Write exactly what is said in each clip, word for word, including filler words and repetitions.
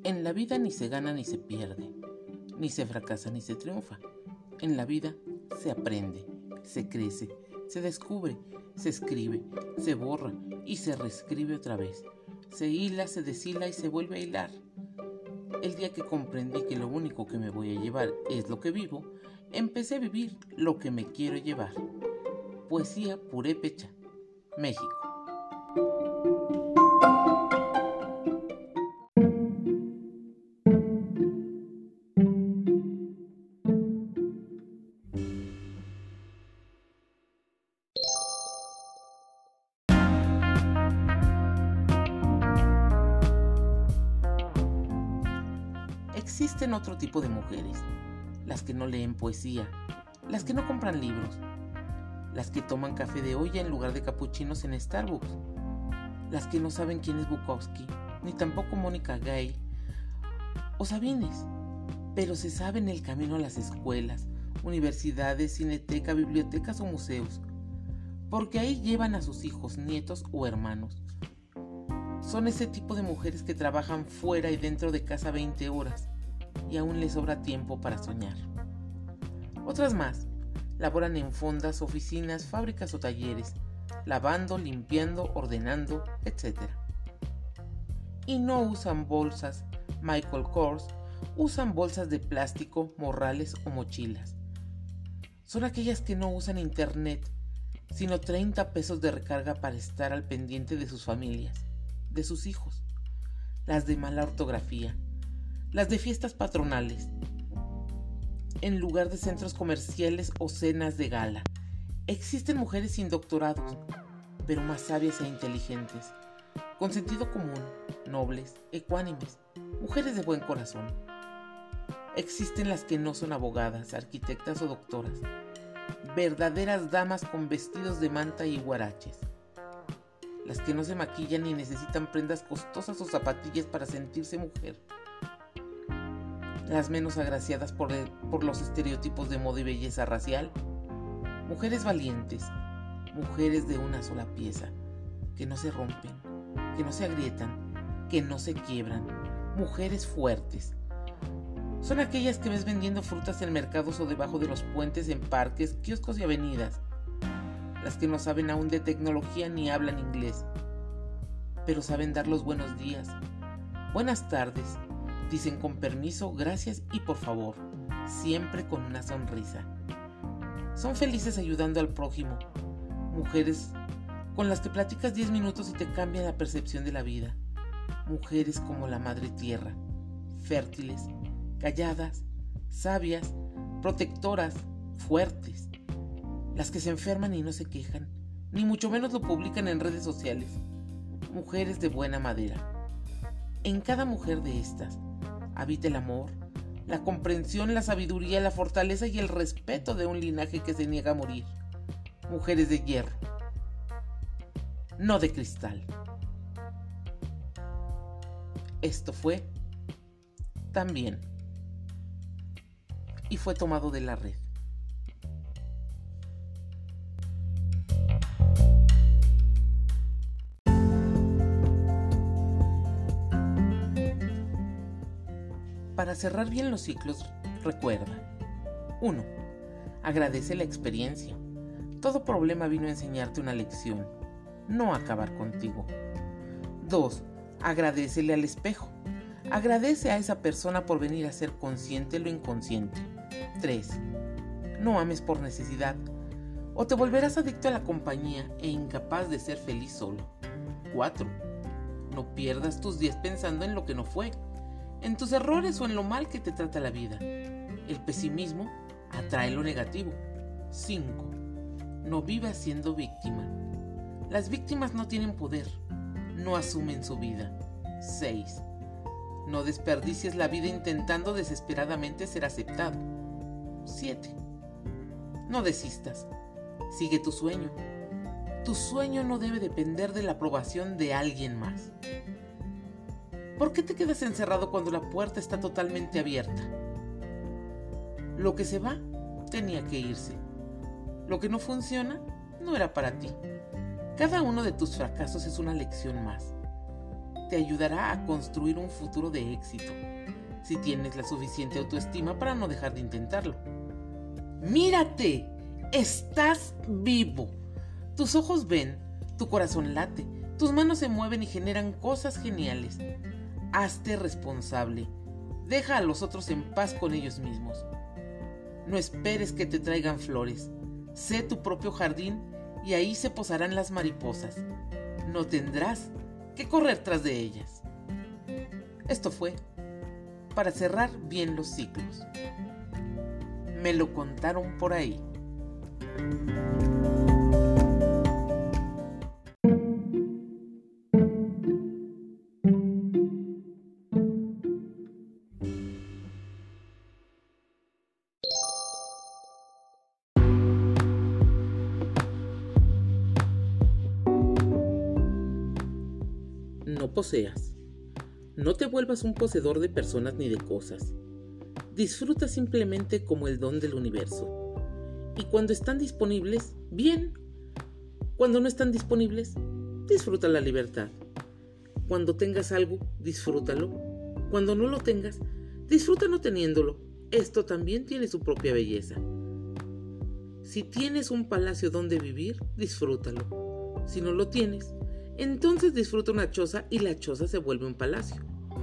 En la vida ni se gana ni se pierde, ni se fracasa ni se triunfa. En la vida se aprende, se crece, se descubre, se escribe, se borra y se reescribe otra vez. Se hila, se deshila y se vuelve a hilar. El día que comprendí que lo único que me voy a llevar es lo que vivo, empecé a vivir lo que me quiero llevar. Poesía Purépecha, México. Existen otro tipo de mujeres, las que no leen poesía, las que no compran libros, las que toman café de olla en lugar de capuchinos en Starbucks, las que no saben quién es Bukowski, ni tampoco Mónica Gay o Sabines, pero se saben el camino a las escuelas, universidades, cineteca, bibliotecas o museos, porque ahí llevan a sus hijos, nietos o hermanos. Son ese tipo de mujeres que trabajan fuera y dentro de casa veinte horas y aún les sobra tiempo para soñar. Otras más laboran en fondas, oficinas, fábricas o talleres, lavando, limpiando, ordenando, etcétera. Y no usan bolsas Michael Kors, usan bolsas de plástico, morrales o mochilas. Son aquellas que no usan internet, sino treinta pesos de recarga para estar al pendiente de sus familias, de sus hijos, las de mala ortografía, las de fiestas patronales, en lugar de centros comerciales o cenas de gala. Existen mujeres sin doctorados, pero más sabias e inteligentes, con sentido común, nobles, ecuánimes, mujeres de buen corazón. Existen las que no son abogadas, arquitectas o doctoras, verdaderas damas con vestidos de manta y huaraches, las que no se maquillan ni necesitan prendas costosas o zapatillas para sentirse mujer, las menos agraciadas por, el, por los estereotipos de moda y belleza racial, mujeres valientes, mujeres de una sola pieza, que no se rompen, que no se agrietan, que no se quiebran, mujeres fuertes. Son aquellas que ves vendiendo frutas en mercados o debajo de los puentes, en parques, kioscos y avenidas, las que no saben aún de tecnología ni hablan inglés, pero saben dar los buenos días, buenas tardes, dicen con permiso, gracias y por favor, siempre con una sonrisa. Son felices ayudando al prójimo, mujeres con las que platicas diez minutos y te cambian la percepción de la vida, mujeres como la madre tierra, fértiles, calladas, sabias, protectoras, fuertes, las que se enferman y no se quejan, ni mucho menos lo publican en redes sociales, mujeres de buena madera. En cada mujer de estas habita el amor, la comprensión, la sabiduría, la fortaleza y el respeto de un linaje que se niega a morir. Mujeres de hierro, no de cristal. Esto fue También, y fue tomado de la red. Para cerrar bien los ciclos, recuerda: uno. Agradece la experiencia. Todo problema vino a enseñarte una lección, no a acabar contigo. dos. Agradécele al espejo. Agradece a esa persona por venir a ser consciente lo inconsciente. tres. No ames por necesidad, o te volverás adicto a la compañía e incapaz de ser feliz solo. cuatro. No pierdas tus días pensando en lo que no fue, en tus errores o en lo mal que te trata la vida. El pesimismo atrae lo negativo. cinco. No vivas siendo víctima. Las víctimas no tienen poder, no asumen su vida. seis. No desperdicies la vida intentando desesperadamente ser aceptado. siete. No desistas. Sigue tu sueño. Tu sueño no debe depender de la aprobación de alguien más. ¿Por qué te quedas encerrado cuando la puerta está totalmente abierta? Lo que se va tenía que irse. Lo que no funciona no era para ti. Cada uno de tus fracasos es una lección más. te ayudará a construir un futuro de éxito, si tienes la suficiente autoestima para no dejar de intentarlo. ¡Mírate! ¡Estás vivo! Tus ojos ven, tu corazón late, tus manos se mueven y generan cosas geniales. Hazte responsable. Deja a los otros en paz con ellos mismos. No esperes que te traigan flores. Sé tu propio jardín y ahí se posarán las mariposas. No tendrás que correr tras de ellas. Esto fue para cerrar bien los ciclos. Me lo contaron por ahí. No poseas. No te vuelvas un poseedor de personas ni de cosas. Disfruta simplemente como el don del universo. Y cuando están disponibles, bien. Cuando no están disponibles, disfruta la libertad. Cuando tengas algo, disfrútalo. Cuando no lo tengas, disfruta no teniéndolo. Esto también tiene su propia belleza. Si tienes un palacio donde vivir, disfrútalo. Si no lo tienes, entonces disfruta una choza y la choza se vuelve un palacio.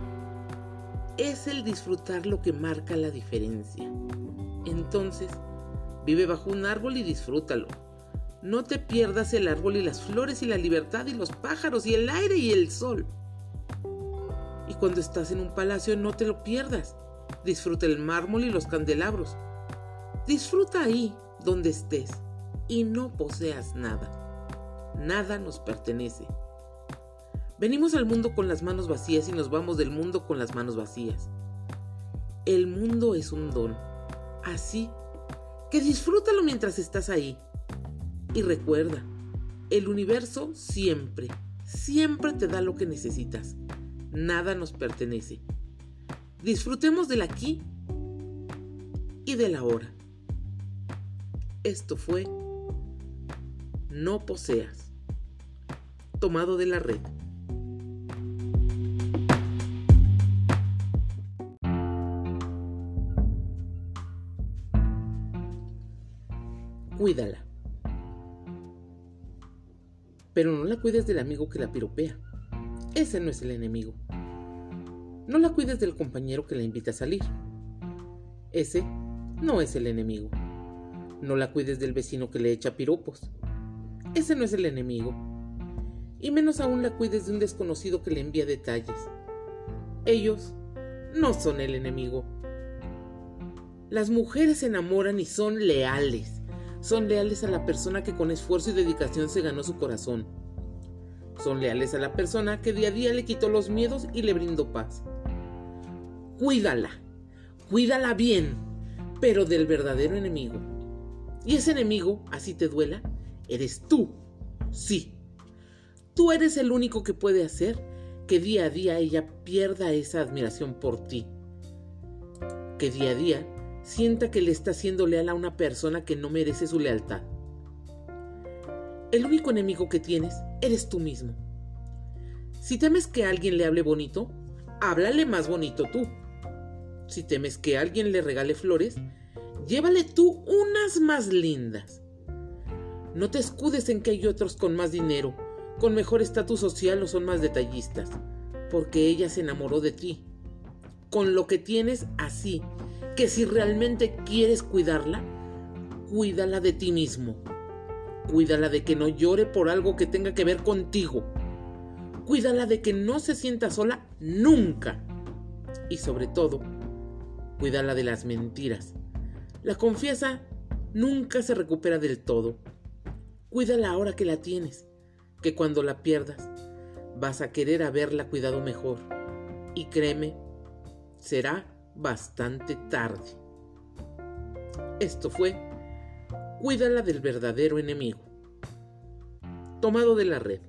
Es el disfrutar lo que marca la diferencia. Entonces, vive bajo un árbol y disfrútalo. No te pierdas el árbol y las flores y la libertad y los pájaros y el aire y el sol. Y cuando estás en un palacio, no te lo pierdas. Disfruta el mármol y los candelabros. Disfruta ahí donde estés y no poseas nada. Nada nos pertenece. Venimos al mundo con las manos vacías y nos vamos del mundo con las manos vacías. El mundo es un don, así que disfrútalo mientras estás ahí. Y recuerda, el universo siempre, siempre te da lo que necesitas. Nada nos pertenece. Disfrutemos del aquí y del ahora. Esto fue No poseas, tomado de la red. Cuídala. Pero no la cuides del amigo que la piropea. Ese no es el enemigo. No la cuides del compañero que la invita a salir. Ese no es el enemigo. No la cuides del vecino que le echa piropos. Ese no es el enemigo. Y menos aún la cuides de un desconocido que le envía detalles. Ellos no son el enemigo. Las mujeres se enamoran y son leales. Son leales a la persona que con esfuerzo y dedicación se ganó su corazón. Son leales a la persona que día a día le quitó los miedos y le brindó paz. Cuídala, cuídala bien, pero del verdadero enemigo. Y ese enemigo, así te duela, eres tú. Sí, tú eres el único que puede hacer que día a día ella pierda esa admiración por ti. Que día a día sienta que le está siendo leal a una persona que no merece su lealtad. El único enemigo que tienes eres tú mismo. Si temes que alguien le hable bonito, háblale más bonito tú. Si temes que alguien le regale flores, llévale tú unas más lindas. No te escudes en que hay otros con más dinero, con mejor estatus social o son más detallistas, porque ella se enamoró de ti. Con lo que tienes así, que si realmente quieres cuidarla, cuídala de ti mismo. Cuídala de que no llore por algo que tenga que ver contigo. Cuídala de que no se sienta sola nunca. Y sobre todo, cuídala de las mentiras. La confianza nunca se recupera del todo. Cuídala ahora que la tienes, que cuando la pierdas, vas a querer haberla cuidado mejor. Y créeme, será bastante tarde. Esto fue Cuídala del verdadero enemigo, tomado de la red.